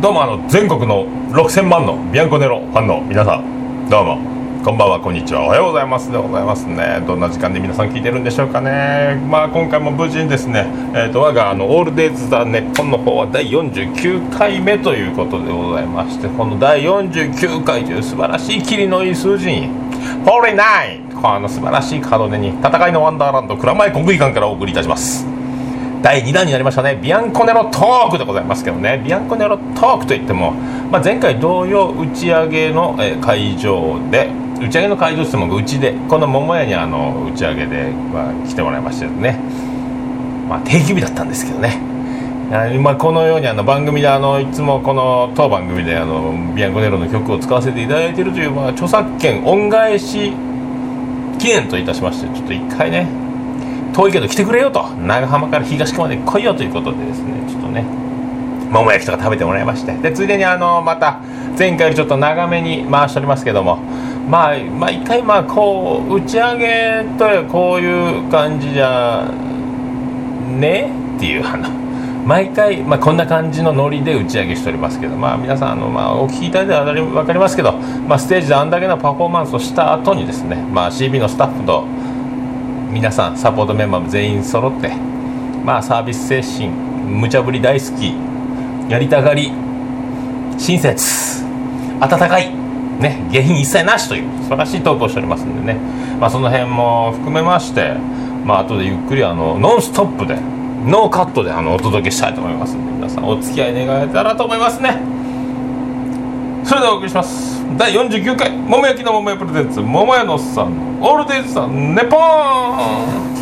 どうも全国の6000万のビアンコネロファンの皆さん、どうもこんばんは、こんにちは、おはようございますでございますね。どんな時間で皆さん聞いてるんでしょうかね。今回も無事にですね、我がオールデイズ・ザ・ネッポンの方は第49回目ということでございまして、この第49回という素晴らしいキリのいい数字に49、この素晴らしい門出に戦いのワンダーランド蔵前国技館からお送りいたします。第2弾になりましたね。ビアンコネロトークでございますけどね。ビアンコネロトークといっても、前回同様打ち上げの会場で、打ち上げの会場ってもうちでこの桃屋に打ち上げで、来てもらいましてね、定休日だったんですけどね、このように番組でいつもこの当番組でビアンコネロの曲を使わせていただいているという、著作権恩返し記念といたしまして、ちょっと一回ね、遠いけど来てくれよと、長浜から東区まで来いよということでですね、ちょっとね桃焼きとか食べてもらいまして、でついでにまた前回よりちょっと長めに回しておりますけども、一回こう打ち上げとこういう感じじゃねっていう毎回こんな感じのノリで打ち上げしておりますけど、皆さんお聞きいただいたら分かりますけど、ステージであんだけのパフォーマンスをした後にですね、CB のスタッフと皆さんサポートメンバーも全員揃って、サービス精神、無茶ぶり大好き、やりたがり、親切、温かいね、下品一切なしという素晴らしいトークをしておりますんでね、その辺も含めまして、後でゆっくりノンストップでノーカットでお届けしたいと思いますので、皆さんお付き合い願えたらと思いますね。それではお送りします。第49回桃焼きの桃屋プレゼンツ、桃屋のおっさんのオールデイズさんネポーン。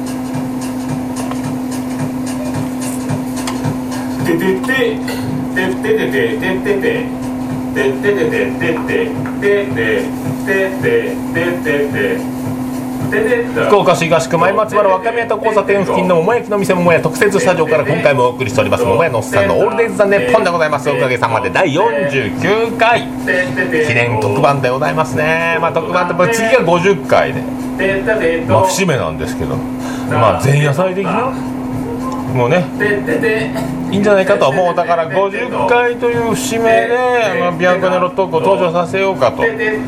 てててててててててててて福岡市東区前松原若宮と交差点付近の桃焼きの店桃屋特設スタジオから今回もお送りしております桃屋のおっさんのオールデイズ・ザ・ネッポンでございます。おかげさまで第49回記念特番でございますね。特番って次が50回で、節目なんですけど、前夜祭的なもうねいいんじゃないかと思う。だから50回という節目でビアンコネロトークを登場させようかという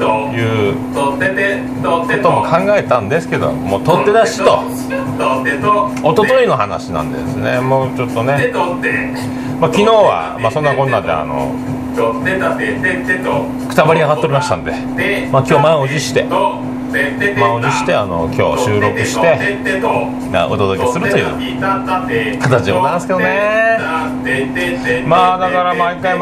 ことも考えたんですけど、もう取って出しと一昨日の話なんでですね、もうちょっとね、昨日はそんなこんなでくたばり上がっておりましたんで、今日満を持して今日収録してお届けするという形でございますけどね。だから毎回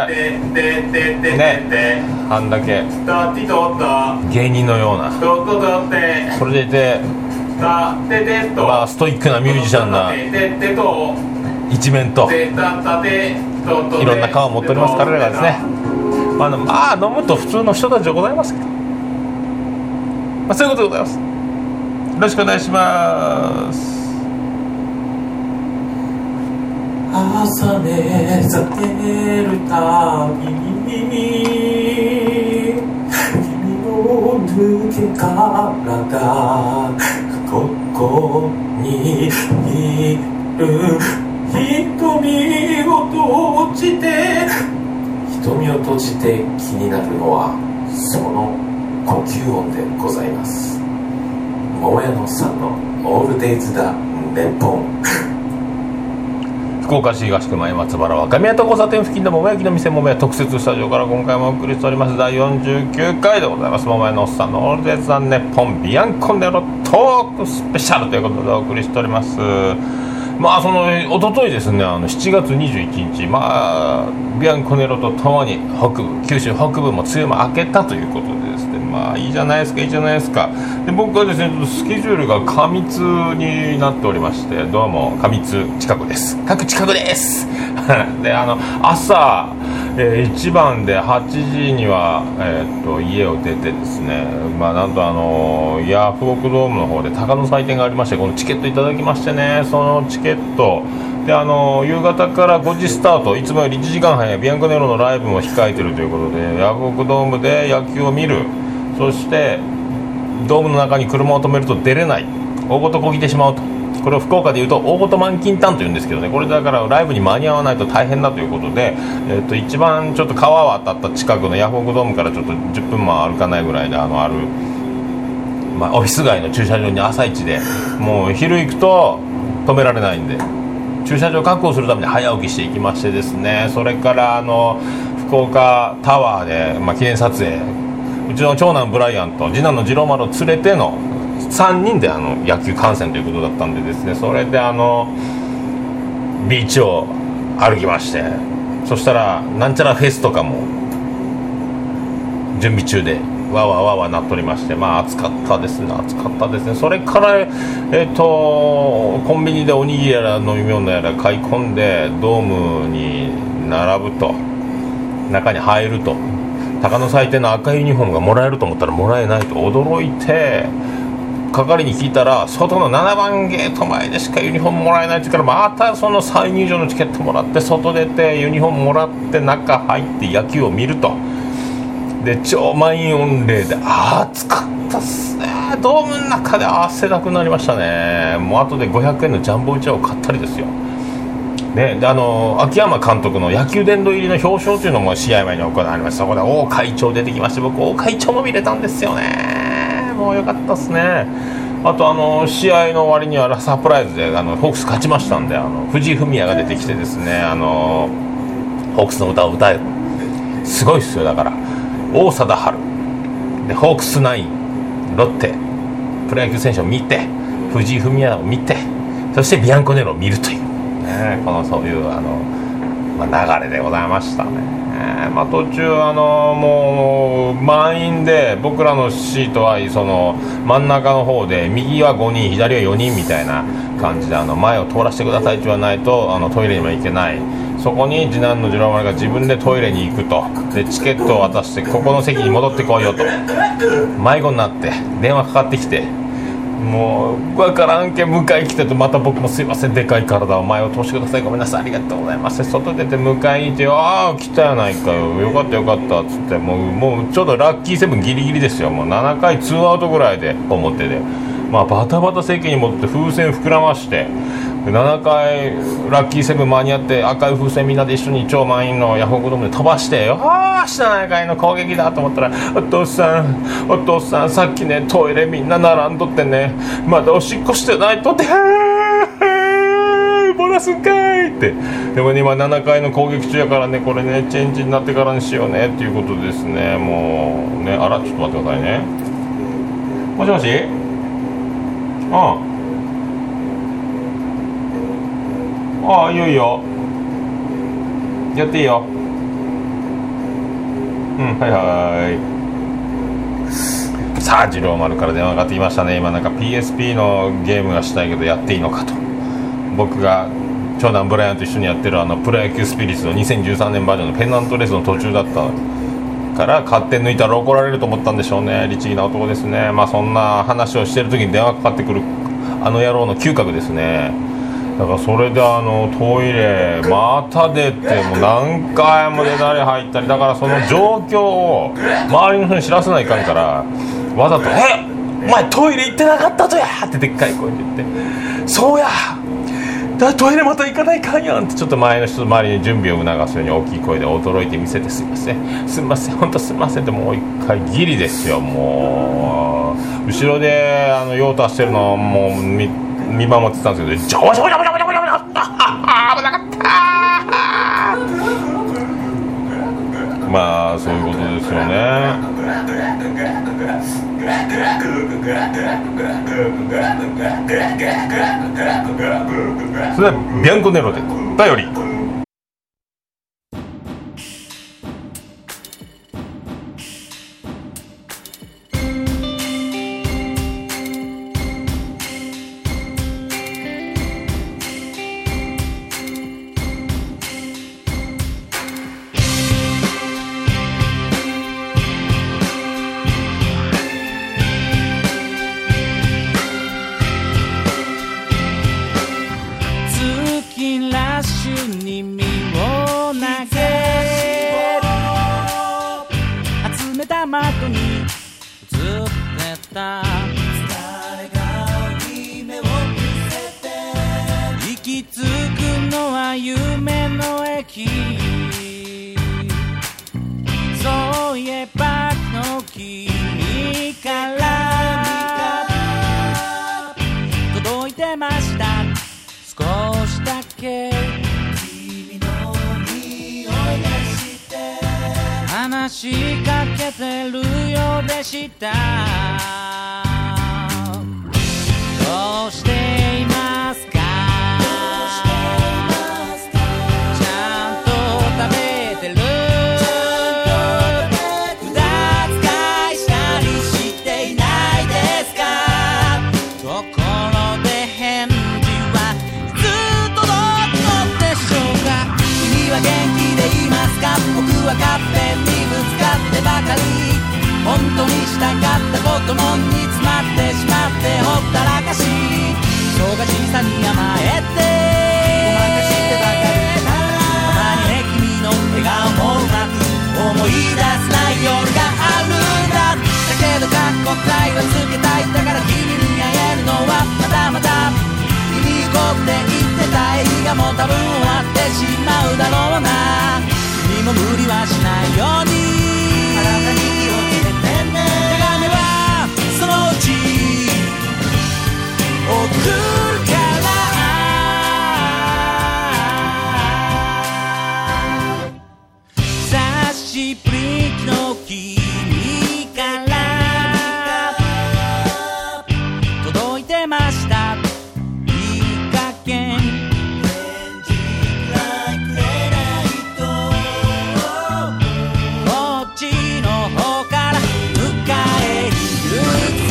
ね、あんだけ芸人のような、それでいてストイックなミュージシャンな一面といろんな顔を持っております彼らがですね、飲むと普通の人たちでございますけど、そういうことでございます。よろしくお願いします。 朝目覚めるたびに君の抜け殻がここにいる。瞳を閉じて気になるのはその呼吸音でございます。桃屋のおっさんのオールデイズだネッポン。 福岡市東区前松原若宮と交差点付近の桃焼きの店桃屋特設スタジオから今回もお送りしております第49回でございます。桃屋のおっさんのオールデイズだネッポンビアンコネロトークスペシャルということでお送りしております。おとといですね、7月21日、ビアンコネロとともに九州北部も梅雨も明けたということでですね、いいじゃないですか。で僕はですね、スケジュールが過密になっておりまして、どうも過密近くです。各近くですで朝、1番で8時には、家を出てですね、なんとヤフオクドームの方で鷹の祭典がありまして、このチケットいただきましてね、そのチケットで夕方から5時スタート、いつもより1時間早いビアンコネロのライブも控えているということで、ヤフオクドームで野球を見る、そしてドームの中に車を止めると出れない、大ごとこぎてしまうとこれを福岡でいうとオートマンキンタンというんですけどね、これだからライブに間に合わないと大変だということで、一番ちょっと川を渡った近くのヤフオクドームからちょっと10分も歩かないぐらいである、オフィス街の駐車場に朝一で、もう昼行くと止められないんで駐車場確保するために早起きしていきましてですね、それから福岡タワーで、記念撮影、うちの長男ブライアンと次男の次郎丸を連れての3人で野球観戦ということだったんでですね、それでビーチを歩きまして、そしたらなんちゃらフェスとかも準備中でわわわわなっておりまして、暑かったですね。それからコンビニでおにぎりやら飲み物やら買い込んでドームに並ぶと、中に入ると、鷹の祭典の赤いユニフォームがもらえると思ったらもらえないと驚いて、係に聞いたら外の7番ゲート前でしかユニフォームもらえないって言うから、またその再入場のチケットもらって外出てユニフォームもらって中入って野球を見ると、で超満員御礼で暑かったっすね。ドームの中で汗だくなりましたね。もう後で500円のジャンボうちわを買ったりですよ、ね、で秋山監督の野球殿堂入りの表彰というのも試合前に行われました。そこで王会長出てきまして、僕王会長も見れたんですよね。もう良かったっすね。あと試合の終わりにはサプライズでホークス勝ちましたんで、藤井フミヤが出てきてですね、ホークスの歌を歌える、すごいっすよ。だから王貞治でホークスナイン、ロッテプロ野球選手を見て、藤井フミヤを見て、そしてビアンコネロを見るという、ね、そういう流れでございましたね。途中もう満員で、僕らのシートはその真ん中の方で、右は5人左は4人みたいな感じで、前を通らせてくださいって言わないとトイレにも行けない。そこに次男の次郎丸が自分でトイレに行くと、でチケットを渡して、ここの席に戻ってこいよと迷子になって電話かかってきて、もう分からんけ迎え来てと、また僕もすいません、でかい体を前を通してください、ごめんなさい、ありがとうございます、外出て迎えに行って、ああ来たやないかよ、よかったよかったっつって、もうちょうどラッキーセブンギリギリですよ。もう7回2アウトぐらいで表で、バタバタ席に戻って風船膨らまして、7回ラッキーセブン間に合って、赤い風船みんなで一緒に超満員のヤフオクドームで飛ばして、ああ7回の攻撃だと思ったら、お父さんさっきねトイレみんな並んどってね、まだおしっこしてないとってボラすんかいって、でも、ね、今7回の攻撃中やからね、これねチェンジになってからにしようねっていうことですね。もうね、あらちょっと待ってくださいね。もしもし、いいよいいよ、やっていいよ。はいはい。さあ次郎丸から電話がかかってきましたね。今なんか PSP のゲームがしたいけどやっていいのかと。僕が長男ブライアンと一緒にやってるプロ野球スピリッツの2013年バージョンのペナントレースの途中だったから勝手に抜いたら怒られると思ったんでしょうね。律儀な男ですね。そんな話をしてる時に電話かかってくる野郎の嗅覚ですね。だからそれでトイレまた出て、もう何回も出たり入ったり、だからその状況を周りの人に知らせないかんから、わざとお前トイレ行ってなかったとやってでっかい声で言って、そうやだトイレまた行かないかんやんって、ちょっと周りに準備を促すように大きい声で驚いて見せて、すいません本当すいませんって、もう一回ギリですよ。もう後ろで用足してるのをもう見守ってたんですけど、ジャバジャバジャバジャバジャバジャバ危なかったそういうことですよね。それではビアンコネロで頼り。 誰が夢を見せてのは夢の駅、そういえばの君から届いてました。少しだけ君の匂いがして話しかけてるようでした。どうしていますか、ちゃんと食べてる、無駄遣いしたりしていないですか。ところで返事はいつ届くのでしょうか。君は元気でいますか。僕はカッペンにぶつかってばかり、本当にしたかったことも煮詰まってしまってほったらかし、忙しさに甘えてごまかしてばかり、たまにね君の笑顔もうまく思い出せない夜があるんだ。だけど過去くらいはつけたい。だから君に会えるのはまだまだ。見に行こうって言ってた映画も多分終わってしまうだろうな。君も無理はしないように体に気をつけてね。手紙はそのうち送るから久しぶりの君から届いてました。いい加減こっちの方から迎えに行くぞ。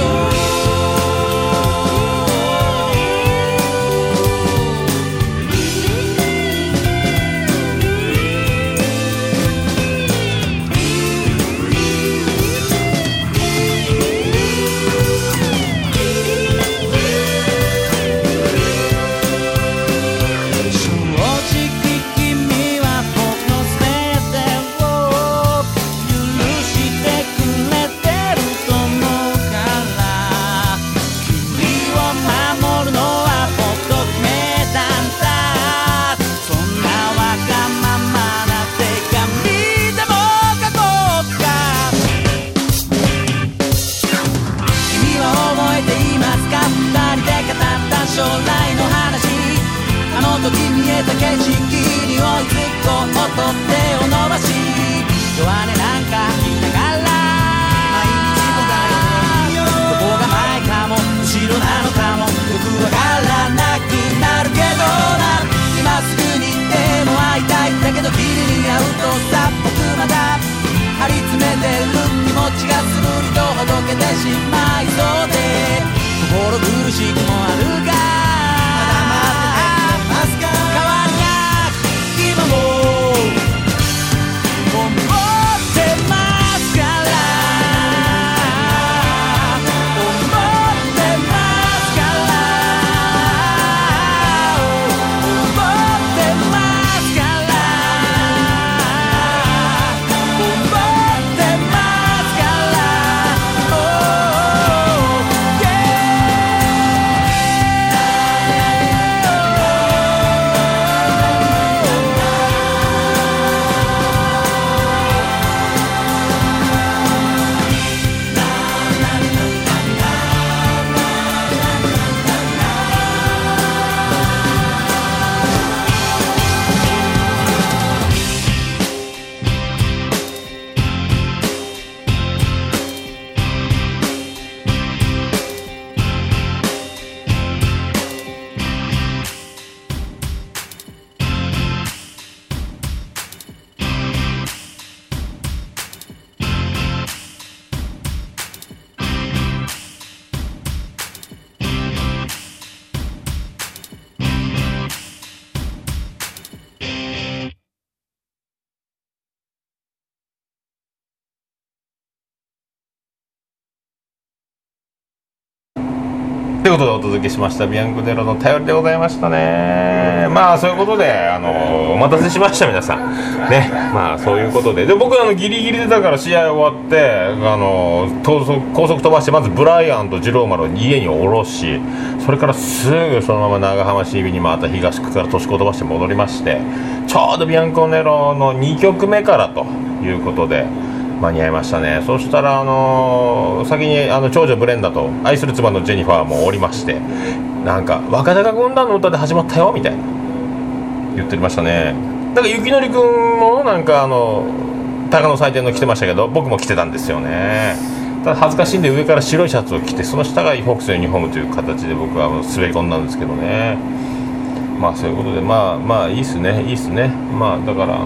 ということでお届けしましたビアンコネロの頼りでございましたね。まあそういうことでお待たせしました皆さんね。まあそういうことで僕ギリギリでだから試合終わって高速飛ばしてまずブライアンとジローマルを家に下ろし、それからすぐそのまま長浜 CB にまた東区から都市高飛ばして戻りまして、ちょうどビアンコネロの2曲目からということで間に合いましたね。そしたら先に長女ブレンダと愛する妻のジェニファーもおりまして、なんか若手が軍団の歌で始まったよみたいな言ってましたね。だから雪のりくんもなんか高野祭典の着てましたけど、僕も着てたんですよね。ただ恥ずかしいんで上から白いシャツを着て、その下がホークスのユニフォームという形で僕は滑り込んだんですけどね。まあそういうことでまあいいっすね。まあだから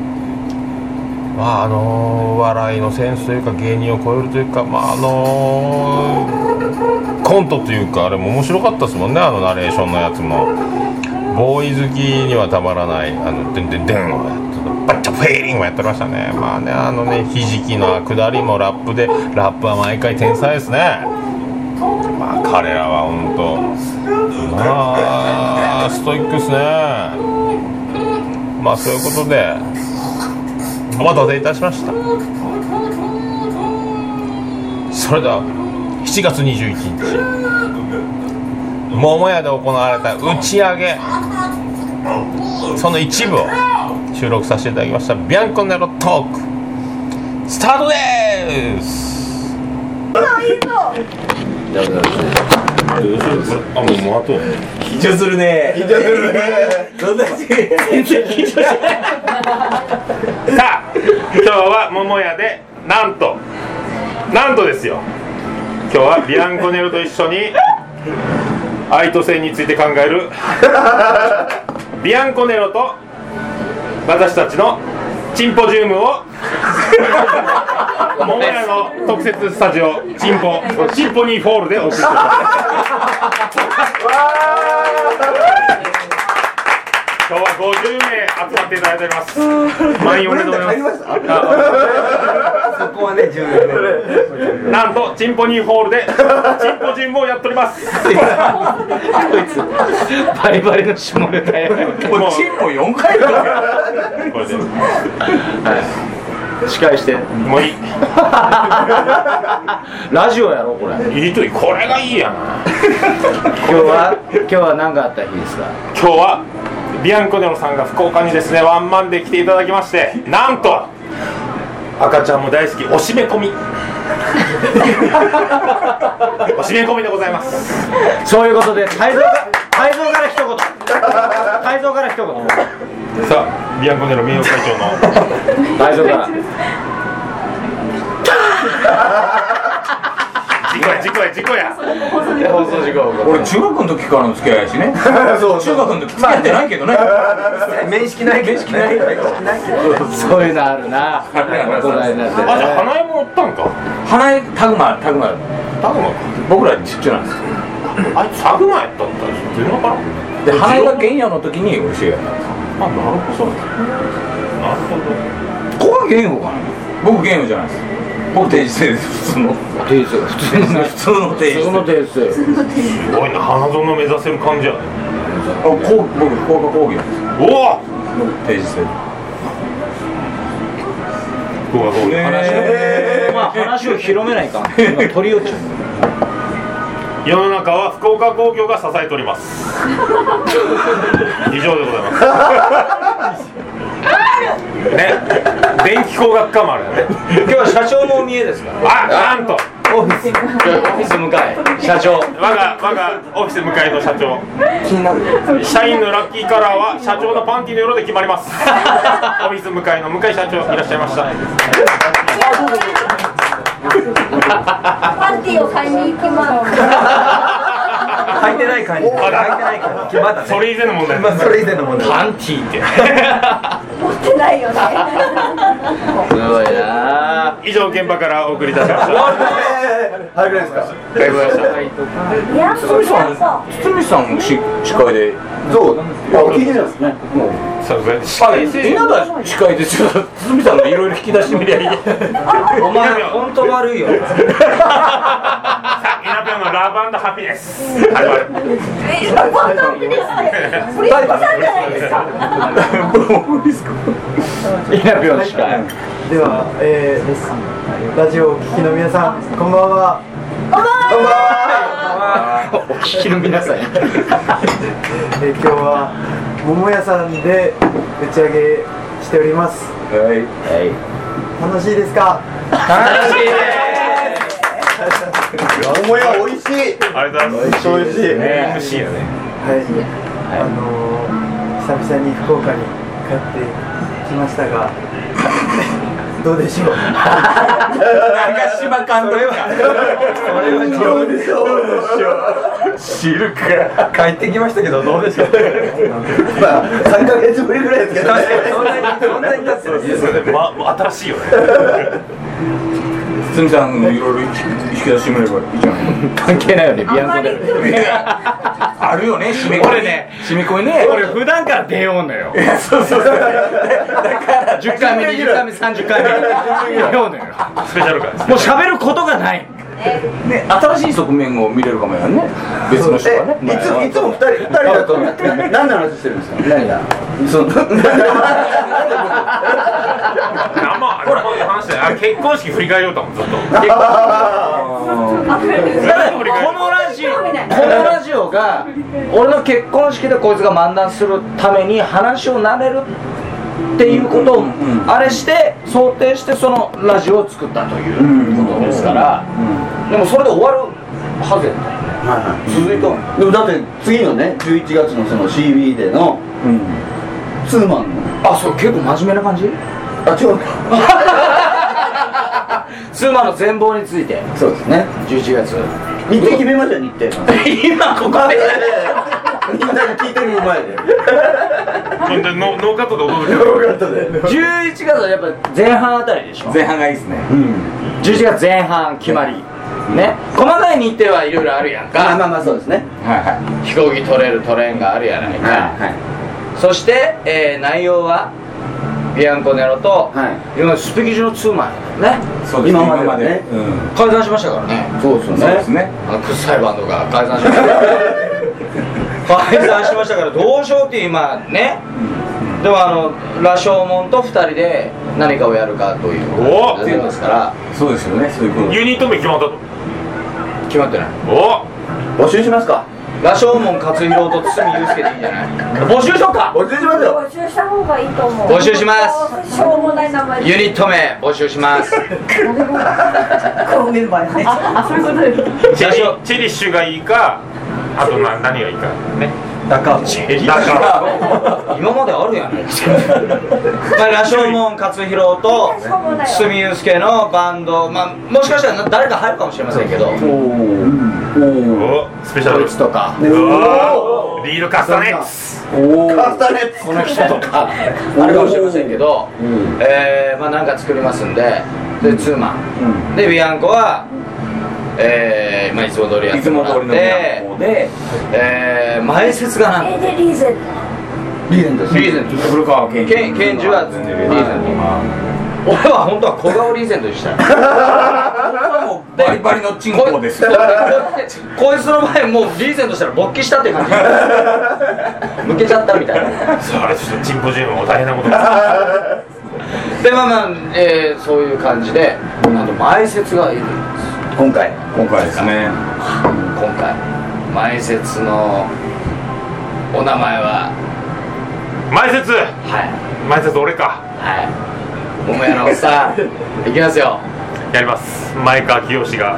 笑いのセンスというか芸人を超えるというか、コントというかあれも面白かったですもんね。ナレーションのやつもボーイ好きにはたまらないデンデンデンをやってバッチャフェイリングもやってましたね。まあねひじきの下りもラップで、ラップは毎回天才ですね。まあ彼らは本当ストイックですね。まあそういうことでお待たせいたしました。それでは7月21日桃屋で行われた打ち上げ、その一部を収録させていただきましたビアンコネロトークスタートでーす。もうあと緊張するね。どんな緊張しない。 さあ今日は桃屋でなんとですよ、今日はビアンコネロと一緒に愛と性について考えるビアンコネロと私たちのチンポジウムを桃屋の特設スタジオチンポニーホールでお送りしています。今日は50名集まっていただいております。満員おめでとうございます。 そこはね重要ね。 なんとチンポニーホールでチンポジムをやっております。こいつバリバリの下ネタや。もうチンポ4回だこれで司会してもういいラジオやろこれ。 いいといい、これがいいやな。 今日は何があった日ですか。 今日はビアンコネロさんが福岡にですねワンマンで来ていただきまして、なんと赤ちゃんも大好きおしめ込みおしめ込みでございます。 そういうことで泰造から一言さあビアンコネロ名誉会長の泰造から事故や放送事故。俺中学の時からの付き合いやしね。そう中学の時付き合ってないけどね。面識ないそういうのあるな。 じゃあ花江もおったんか。 花江タグマ僕らちっちゃなんですよ。 あいつタグマやったんだ。全然分からん。 で花江が原野の時に俺知り合ったんです。 あ、なるほど。 ここは原野かな。僕原野じゃないです。僕定時制です。普通の定時制。すごいな、花園目指せる感じやね。 僕福岡工業です。 おお定時制。 福岡工業。 話を広めないか。取り寄っちゃう。 世の中は福岡工業が支えております。以上でございますね。電気工学科もあるよね。 今日は社長のお見えですか。 なんとオフィス向かい社長、 我がオフィス向かいの社長。 気になる。 社員のラッキーカラーは社長のパンティの色で決まります。オフィス向かいの向井社長いらっしゃいました。 パンティを買いに行きます。 履いてない感じ。 それ以前の問題。 パンティって持ってないよね。 すごいな。 以上現場からお送りいたしました。 早くないですか。堤さん司会で。そう聞いてたんですね。司会ですよ。堤さんのいろいろ引き出してみりゃいい。お前本当悪いよ。 さあ、稲辺のラブ&ハピネス始まる。 ラブ&ハピネスってフリスコさんじゃないですか。 稲病の司会。 では、ラジオをお聞きの皆さん、こんばんは。 こんばんは。 お聞きの皆さん。 今日は桃屋さんで打ち上げしております。 はい。 楽しいですか？ 楽しいです。 桃屋美味しい。 ありがとうございます。 美味しい。 美味しいよね。 はい。久々に福岡に帰ってきましたが、どうでしょう。 長嶋監督か。 どうでしょう。 知るか。帰ってきましたけどどうでしょう。 まあ3ヶ月ぶりぐらいですけどね。 そんなに経ってる。 新しいよね。 つみさんのいろいろ引き出してもらえばいいじゃん。関係ないよね。ビアンコで。あるよね。締め込みね。締め込みね。 俺普段から出ようのよ。 そう。だから 10回目、20回目、30回目出ようのよ。 スペシャル回です。 もう喋ることがない。 ね、新しい側面を見れるかもやね。別の人がね。 いつも2人だと何の話してるんですか。 何が。 あんまこういう話で結婚式振り返ろうと思うずっと。 このラジオが俺の結婚式でこいつが漫談するために話を慣れるっていうことをあれして想定してそのラジオを作ったということですから、でもそれで終わるはずやったよね。続いたの。 でもだって次のね11月のその CB でのツーマンの。 あ、そう結構真面目な感じ？ あ、違うか。 ツーマンの全貌について。 そうですね。 11月。 日程決めましたよ日程。 今ここで。 みんなに聞いてる前で。 ノーカットで踊る。 11月はやっぱ前半あたりでしょ。 前半がいいですね。 11月前半決まり。ね。細かい日程はいろいろあるやんか。 まあそうですね。 飛行機取れる取れんがあるやないか。そして、内容はビアンコネロと、今スピキジのツーマンね。 そうです。今までね。 解散しましたからね。 そうですね。 臭いバンドが解散しました。解散しましたからどうしようっていう今ね。でも羅生門と2人で何かをやるかということですから。 そうですよね。そういうこと。 ユニット名決まったと。 決まってない。 募集しますか。 羅生門勝弘と堤祐介でいいんじゃない。募集しようか。 募集しますよ。 募集した方がいいと思う。 募集します。 しょうもない名前。 ユニット名募集します。 このメンバーね。そういうことです。 チェリッシュがいいか、あと何がいいかね。 ダカー今まであるやないですか。羅生門勝弘と堤祐介のバンド、もしかしたら誰か入るかもしれませんけど、 スペシャルこいつとかリードカスタネッツこの人とかあるかもしれませんけど、なんか作りますんで、ツーマンでビアンコはいつも通りやってもらって、前説がなんでリーゼント古川健二はリーゼント。俺は本当は小顔リーゼントにしたい。 バリバリのチンコです。 こいつの場合もうリーゼントしたら勃起したって感じ。むけちゃったみたいな。 それちょっとチンポジウムも大変なことでそういう感じで前説がいるんです。今回ですね。 今回前説のお名前は前説。前説俺か。 桃屋のおっさんいきますよ。 やります。前川清が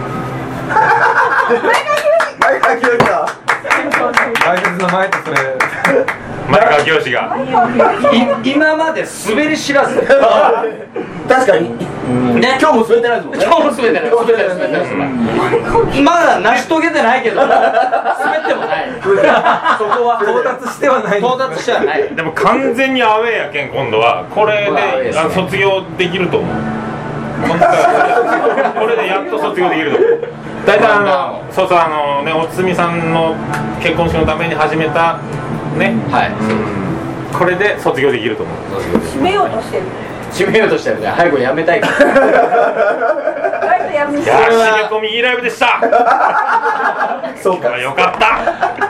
前川清だ。 前説の前ってそれ。 前川清が今まで滑り知らず。 確かにね。今日も滑ってないですもんね。 今日も滑ってない。まだ成し遂げてないけど滑ってもない。そこは到達してはない。 でも完全にアウェーやけん今度はこれで卒業できると思う。これでやっと卒業できると思う。大体おつみさんの結婚式のために始めたね。これで卒業できると思う。 締めようとしてる。 ね。早くやめたいから。 でやるんですいや締め込みいいライブでした。そうか、よかった。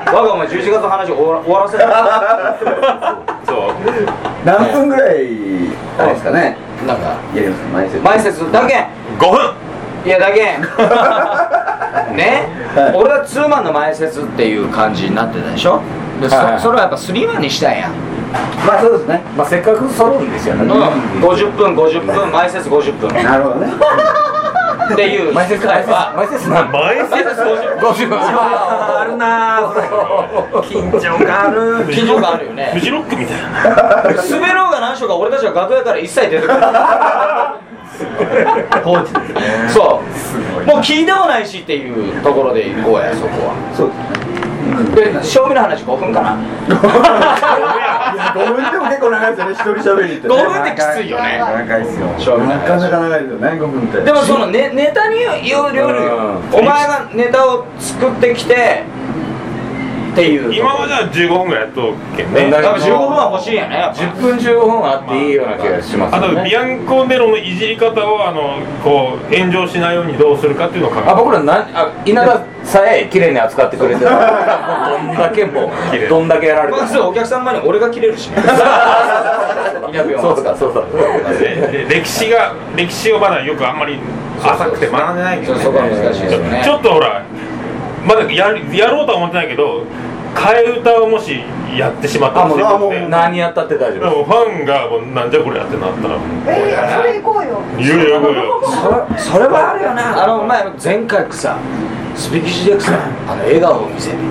我がお前11月の話終わらせた。 そう何分ぐらいあれですかね。 なんかやります前説だけ 5分。 いやだけね、俺はツーマンの前説っていう感じになってたでしょ。でそれはやっぱスリーマンにしたんや。 まあそうですね。 まあせっかく揃うんですよね。 50分前説50分なるほどね。 っていう前説前説前説 50分あるなぁ。緊張感ある。 緊張感あるよね。 フジロックみたいな。 滑ろうが何しようか俺たちは楽屋から一切出てくる。 放置ですね。 そうもう聞いてもないしっていうところで行こうやそこは。 そうですね。 で将棋の話5分かな。 5分でも結構長いですよね。一人喋りって。 5分ってきついよね。 長いですよ。 将棋のなかな話か長いですよね。5分って。 でもそのネタによるよ。お前がネタを作ってきてっていう今までは15分ぐらいやっとけんね。 多分15分は欲しいんやね。 10分15分あっていいような気がしますあとビアンコネロのいじり方をこう炎上しないようにどうするかっていうのを考えて。 僕ら稲田さえ綺麗に扱ってくれてる。どんだけもどんだけやられてる。 まずお客さん前に俺が切れるしね。 そうだ。 歴史をまだよくあんまり浅くて学んでないけどね。 そこは難しいですよね。 ちょっとほらまだやろうとは思ってないけど替え歌をもしやってしまったらもう何やったって大丈夫。 でもファンがもうなんじゃこれやってなったらそれ行こうよ。 いやいやそれはあるよな。前回さスピキシでさ笑顔を見せる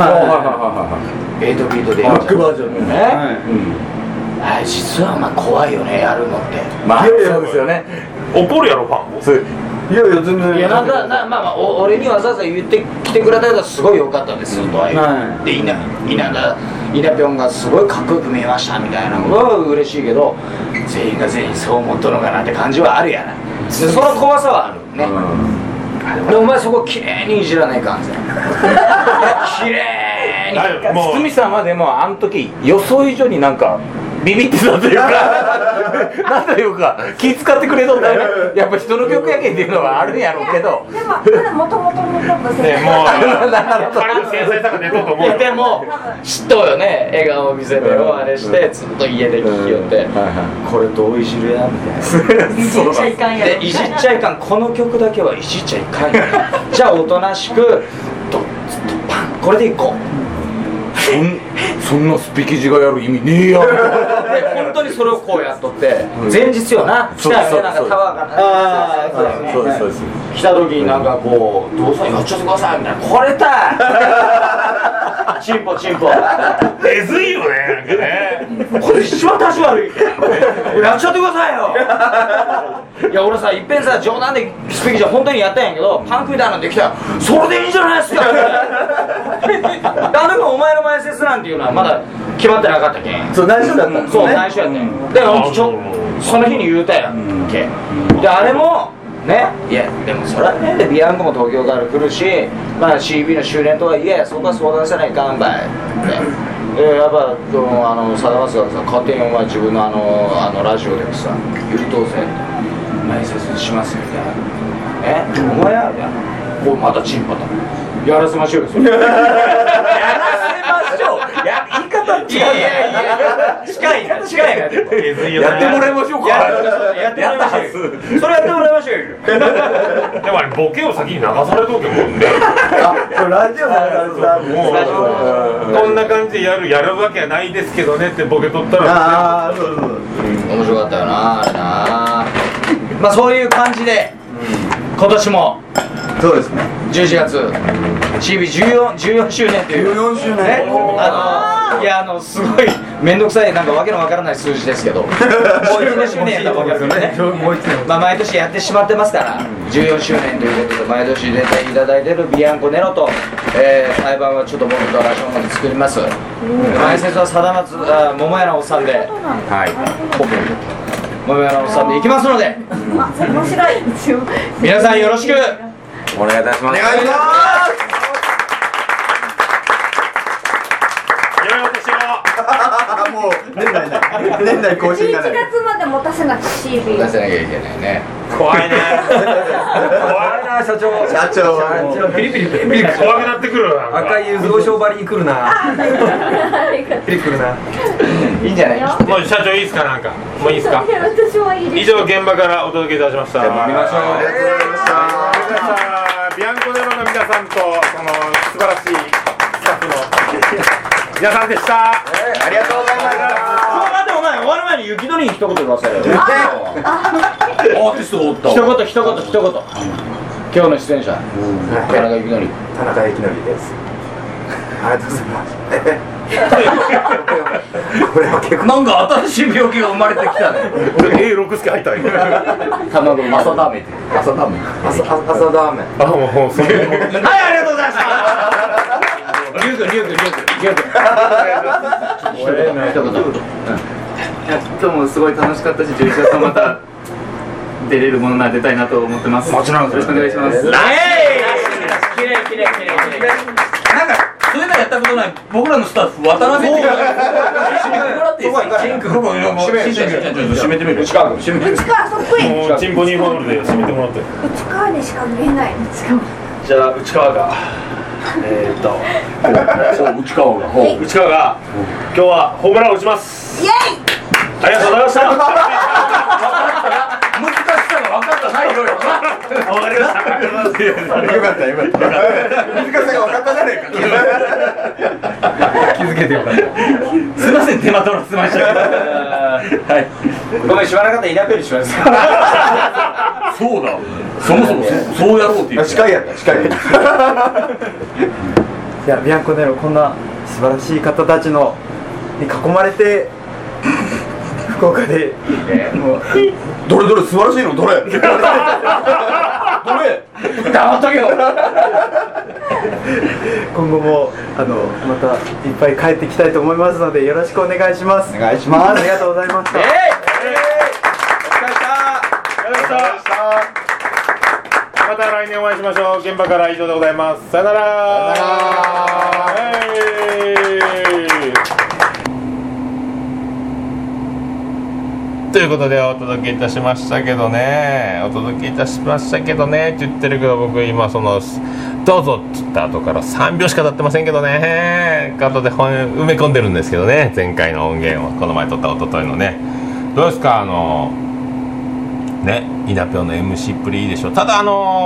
8ビートでバックバージョンのね。実は怖いよねやるのって。 まあそうですよね。 怒るやろファンも。 いやいや全然。 いや俺にわざわざ言ってきてくれたけどすごい良かったですとは言う。で稲ぴょんがすごいかっこよく見えましたみたいなことは嬉しいけど全員が全員そう思っとるのかなって感じはあるやな。その怖さはあるね。でお前そこきれいにいじらないかんぜ。きれいに。 堤さんはでもあの時予想以上になんかビビってたというかなんというか気使ってくれとったよね。やっぱ人の曲やけんっていうのはあるんやろうけど。 でももともとの多分ねもう軽く繊細さが出とうと思うよ。 でも知っとうよね。笑顔を見せてよあれしてずっと家で聞きよってこれどういじるやみたいな。 いじっちゃいかんやろ。 でいじっちゃいかん。この曲だけはいじっちゃいかんや。じゃあおとなしくドッツとパンこれでいこう。 そんなスピキジがやる意味ねえや。 で本当にそれをこうやっとって前日よな来たよね。なんかタワーがそうです来た時になんかこうどうぞやっちゃってくださいみたいな。これだチンポえずいよねなんかね。 これ一番立ち悪い。やっちゃってくださいよ。いや俺さいっぺんさ冗談でスピキジ本当にやったんやけどパンクみたいなんできたよ。それでいいんじゃないですか。あの子お前の前説なんていうのはまだ決まってなかったけん。 そう内緒だったんですそうね。 内緒やったんや。でその日に言うたやんけ。であれもねいやでもそれはねビアンコも東京から来るしCB の周年とはいえそこは相談せないかんばいってやっぱさだまさがさ勝手にお前自分のラジオでさ言うとせ前説しますみたいな。お前やみたいな。こうまたチンパタやらせましょうよ。やらせましょう。言い方違う。いや近いな。やってもらいましょうか。 やってもらいましょう。それやってもらいましょうよ。 でもあれボケを先に流されとけもんね。 ラジオだからさもうこんな感じでやるわけはないですけどねってボケ取ったら。 そう面白かったよなあれな。そういう感じで今年もそうですね。 11月 CB14 周年という 14周年ね。いやすごい面倒くさいなんかわけのわからない数字ですけどもう1周年やったわけですよね。毎年やってしまってますから14周年ということで毎年出ていただいているビアンコネロと裁判はちょっと僕とラジオで作ります。前説は貞松桃屋のおっさんで桃屋のおっさんでいきますので面白い。 皆さんよろしくお願いいたします。 やめようとしろ。 もうもう年内更新 11 がない。 月まで持たせなくて CB 出せなきゃいけないね。 怖いね。 怖いな社長。 社長ピリピリピリピリ。 怖くなってくる。 赤い柚子商張りに来るな。ピリ来るな。 いいんじゃない？ もう社長いいですかなんか。もういいですか。 私もいいです。 以上現場からお届けいたしました。 飲みましょう。 ありがとうございました。 ビアンコネロの皆さんとその素晴らしいスタッフの皆さんでした。 ありがとうございます。でもない終わる前に雪のりに一言くださいよ。アーティストがおった。一言。今日の出演者。田中雪のり。 田中幸則です。ありがとうございます。これは結構なんか新しい病気が生まれてきたね。 6助入った今。 卵の朝ダーメって。朝ダーメ。 朝ダーメン。 あもうそれ。 はい、ありがとうございました。リュウ君。 今日もすごい楽しかったし、11月もまた出れるものなら出たいなと思ってます。 もちろんよろしくお願いします。 きれい。なんかそういうのやったことない僕らのスタッフ渡辺っていう閉めてみる。 内川そっくり。 もうチンポニーボールで締めてもらって。 内川にしか見えない。 じゃあ内川が内川が今日はホームランを打ちます。 イエイ。 ありがとうございました。 難しさが分かったないよ。 わかりました。 よかった。難しさが分かったじゃねえか。 気づけてよかった。 すみません、手間取らせましたけど。はい。 ごめん、知らなかったらイナペルします。そうだ。そもそもそうやろうっていう。 司会やった。 いやビアンコネロこんな素晴らしい方たちのに囲まれて福岡でもうどれ素晴らしいのどれ？ 黙っとけよ。 今後もまたいっぱい帰ってきたいと思いますのでよろしくお願いします。 お願いします。 ありがとうございました。 また来年お会いしましょう。現場から以上でございます。さよなら。ということでお届けいたしましたけどねって言ってるけど僕今そのどうぞっつった後から3秒しか経ってませんけどね後で埋め込んでるんですけどね前回の音源をこの前撮った一昨日のねどうですかイナピョンの MC っぷりいいでしょ。ただ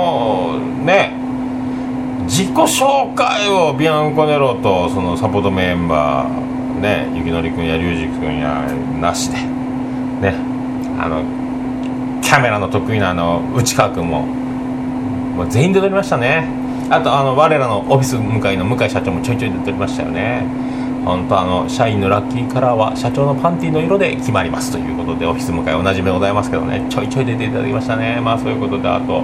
自己紹介をビアンコネロとそのサポートメンバーね雪のりくんやリュウジくんやなしでねキャメラの得意な内川くんもう全員で撮りましたね。あと我らのオフィス向かいの向井社長もちょいちょいで撮りましたよね。本当社員のラッキーカラーは社長のパンティの色で決まりますということでオフィス向かいおなじみでございますけどねちょいちょい出ていただきましたね。まあそういうことであと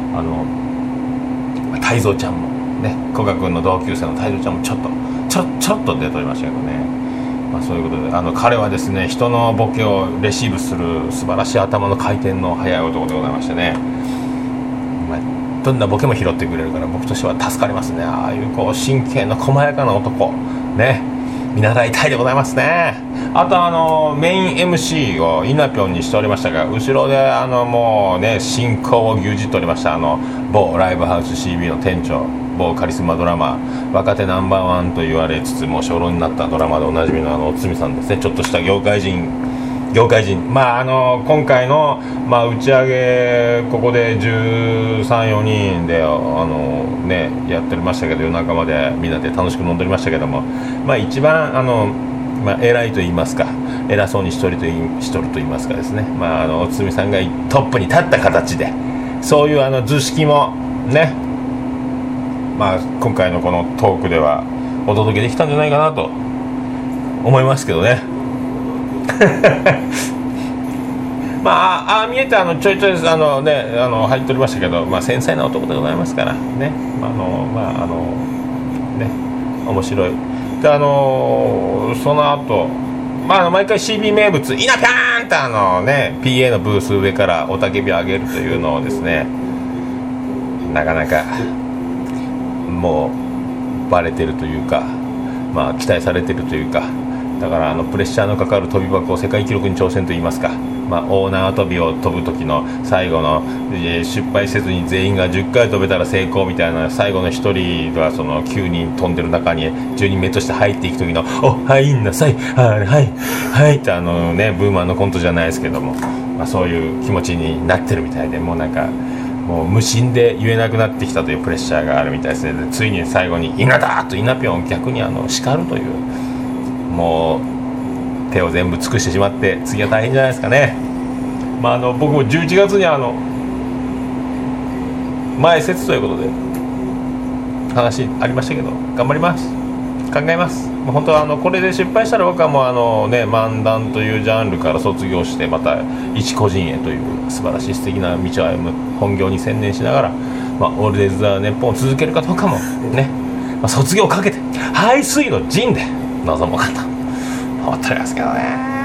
泰造ちゃんもね古賀君の同級生の泰造ちゃんもちょっと出ておりましたけどね。まあそういうことで彼はですね人のボケをレシーブする素晴らしい頭の回転の速い男でございましてね、まあ、どんなボケも拾ってくれるから僕としては助かりますね。ああいう神経の細やかな男ね見習いたいでございますね。あとメイン MC をイナピョンにしておりましたが後ろでもうね進行を牛耳っておりました某ライブハウス CB の店長某カリスマドラマ若手ナンバーワンと言われつつも初老になったドラマでおなじみのおつみさんですね。ちょっとした業界人まあ今回の、打ち上げここで13、14人でやっておりましたけど夜中までみんなで楽しく飲んでおりましたけども一番偉いと言いますか偉そうにしとると言いますかですねおつみさんがトップに立った形でそういう図式もね今回のこのトークではお届けできたんじゃないかなと思いますけどね見えてちょいちょい入っておりましたけど繊細な男でございますからね面白いでその後毎回 CB 名物イナピャーンってPA のブース上から雄たけびを上げるというのをですねなかなかもうバレてるというか期待されてるというかだからプレッシャーのかかる飛び箱を世界記録に挑戦といいますか、大縄跳びを飛ぶ時の最後の、失敗せずに全員が10回飛べたら成功みたいな、最後の1人がその9人飛んでる中に10人目として入っていく時の「お入んなさいはいはい」ってブーマーのコントじゃないですけども、そういう気持ちになってるみたいで、もう無心で言えなくなってきたというプレッシャーがあるみたいですね。でついに最後に「稲だ!」と稲ぴょんを逆に叱るという、もう手を全部尽くしてしまって次は大変じゃないですかね。僕も11月に前説ということで話ありましたけど、頑張ります、考えます。もう本当はこれで失敗したら僕はもう漫談というジャンルから卒業してまた一個人へという素晴らしい素敵な道を歩む本業に専念しながら、オールデイズ・ザ・ネッポンを続けるかどうかもね、卒業をかけて背水の陣で臨もうかと思っておりますけどね。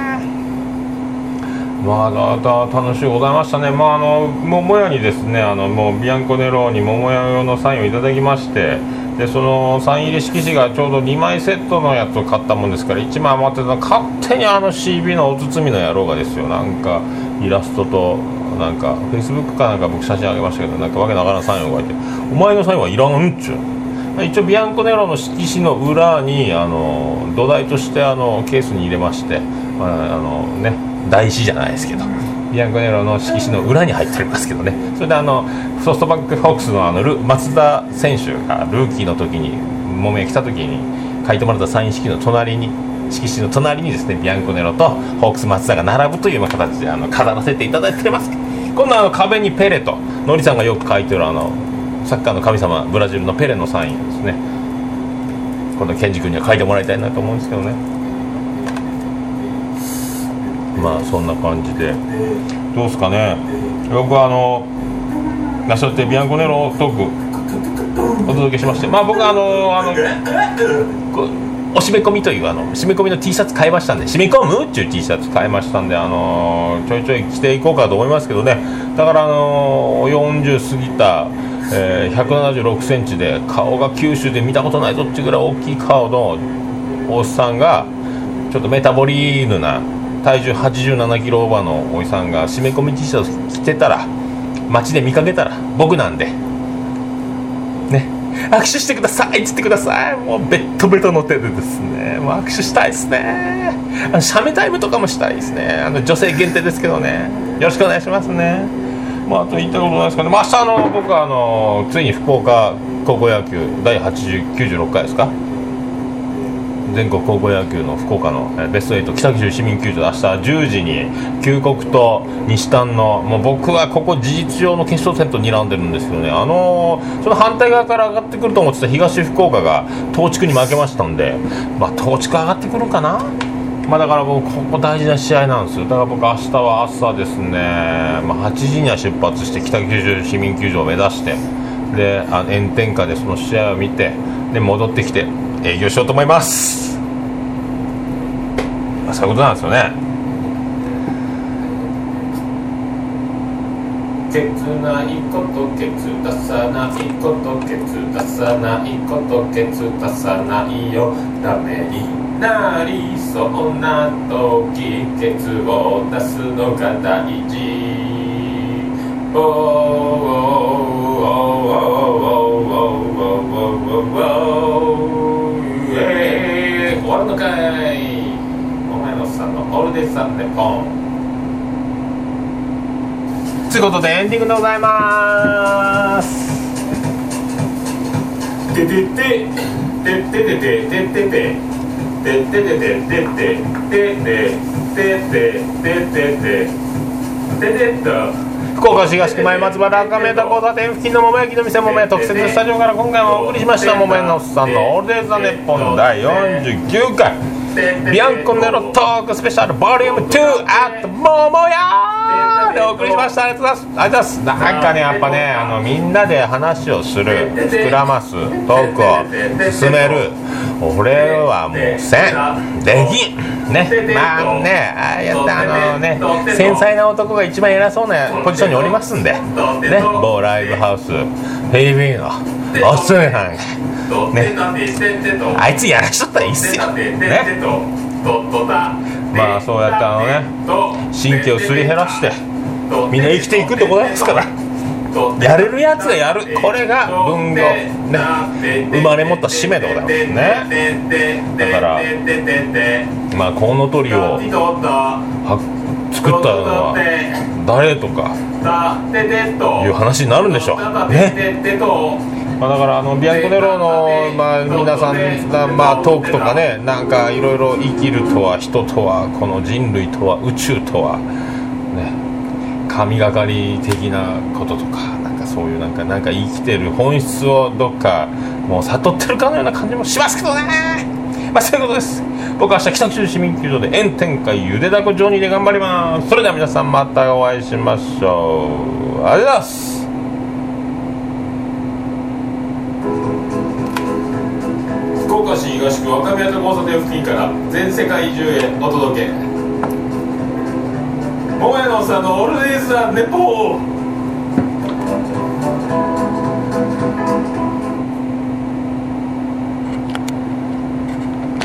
楽しいございましたね。桃屋にですね、もうビアンコネロに桃屋用のサインをいただきまして、でそのサイン入り色紙がちょうど2枚セットのやつを買ったもんですから、1枚余ってたら勝手にCB のお包みの野郎がですよ、イラストとフェイスブックか僕写真あげましたけど、わけながらサインを書いて、お前のサインはいらんっちゅう。一応ビアンコネロの色紙の裏に土台としてケースに入れまして、台紙じゃないですけどビアンコネロの色紙の裏に入っておりますけどね。それでソフトバンクホークスの松田選手がルーキーの時に桃屋来た時に書いてもらったサイン色紙の隣にですね、ビアンコネロとホークス松田が並ぶという形で飾らせていただいております。今度壁にペレとノリさんがよく書いてるサッカーの神様ブラジルのペレのサインですね、今度ケンジ君には書いてもらいたいなと思うんですけどね。そんな感じでどうですかね。僕はそうやってビアンコネロトークお届けしまして、僕はお締め込みという締め込みの T シャツ買いましたんで、締め込むっていう T シャツ買いましたんで、ちょいちょい着ていこうかと思いますけどね。だから40過ぎた、176センチで顔が九州で見たことないぞっていうぐらい大きい顔のおっさんが、ちょっとメタボリーヌな体重87キロオーバーのおじさんが締め込み T シャツ着てたら、街で見かけたら僕なんでね、握手してくださいって言ってください。もうベッドベトの手でですね、もう握手したいですね。写メタイムとかもしたいですね。女性限定ですけどね、よろしくお願いしますね。あと言ったことないですかね。明日僕はついに福岡高校野球第96回ですか、全国高校野球の福岡のベスト8北九州市民球場で明日10時に旧国と西丹の、もう僕はここ事実上の決勝戦と睨んでるんですけどね、その反対側から上がってくると思ってた東福岡が東地区に負けましたんで、東地区上がってくるかな。だから僕ここ大事な試合なんですよ。だから僕明日は朝ですね、8時には出発して北九州市民球場を目指して、で炎天下でその試合を見て、で戻ってきて営業しようと思います。そういうことなんですよね。 ケツないことケツ出さないことケツ出さないことケツ出さないよ、ダメになりそうな時ケツを出すのが大事。終わるのかい。お前のさんのオールデイズ・ザ・ネッポンということでエンディングでございます。 ててててててててててて福岡市東区前松原赤目田交差点付近の桃焼きの店桃屋特設スタジオから今回もお送りしました桃屋のおっさんのオールデイズ・ザ・ネッポン第49回ビアンコネロトークスペシャルボリューム2 at 桃屋でお送りしました。ありがとうございます。なんかね、やっぱね、みんなで話をする、膨らます、トークを進める、俺はもうせんできんね。ああやって繊細な男が一番偉そうなポジションにおりますんでね、某ライブハウスフィリピンのおすすめさんね、あいつやらしとったらいいっすよね。 まあそうやって神経をすり減らしてみんな生きていくってことですから、やれるやつがやる、これが文豪ね、生まれ持った使命でございますね。だからまあコウノトリを作ったのは誰とかいう話になるんでしょうね。まあ、だからビアンコネロの、まあ、皆さん、まあ、トークとかね、なんかいろいろ生きるとは、人とは、この人類とは、宇宙とはね、神がかり的なこととか、なんかそういうなんか生きてる本質をどっかもう悟ってるかのような感じもしますけどね。まあそういうことです。僕は明日北九州市民球場で炎天下ゆでだこジョニーで頑張ります。それでは皆さんまたお会いしましょう。ありがとうございます。 福岡市東区若宮と交差点付近から全世界中へお届け、桃屋のおっさんのオールディーズ・ザ・ネポー。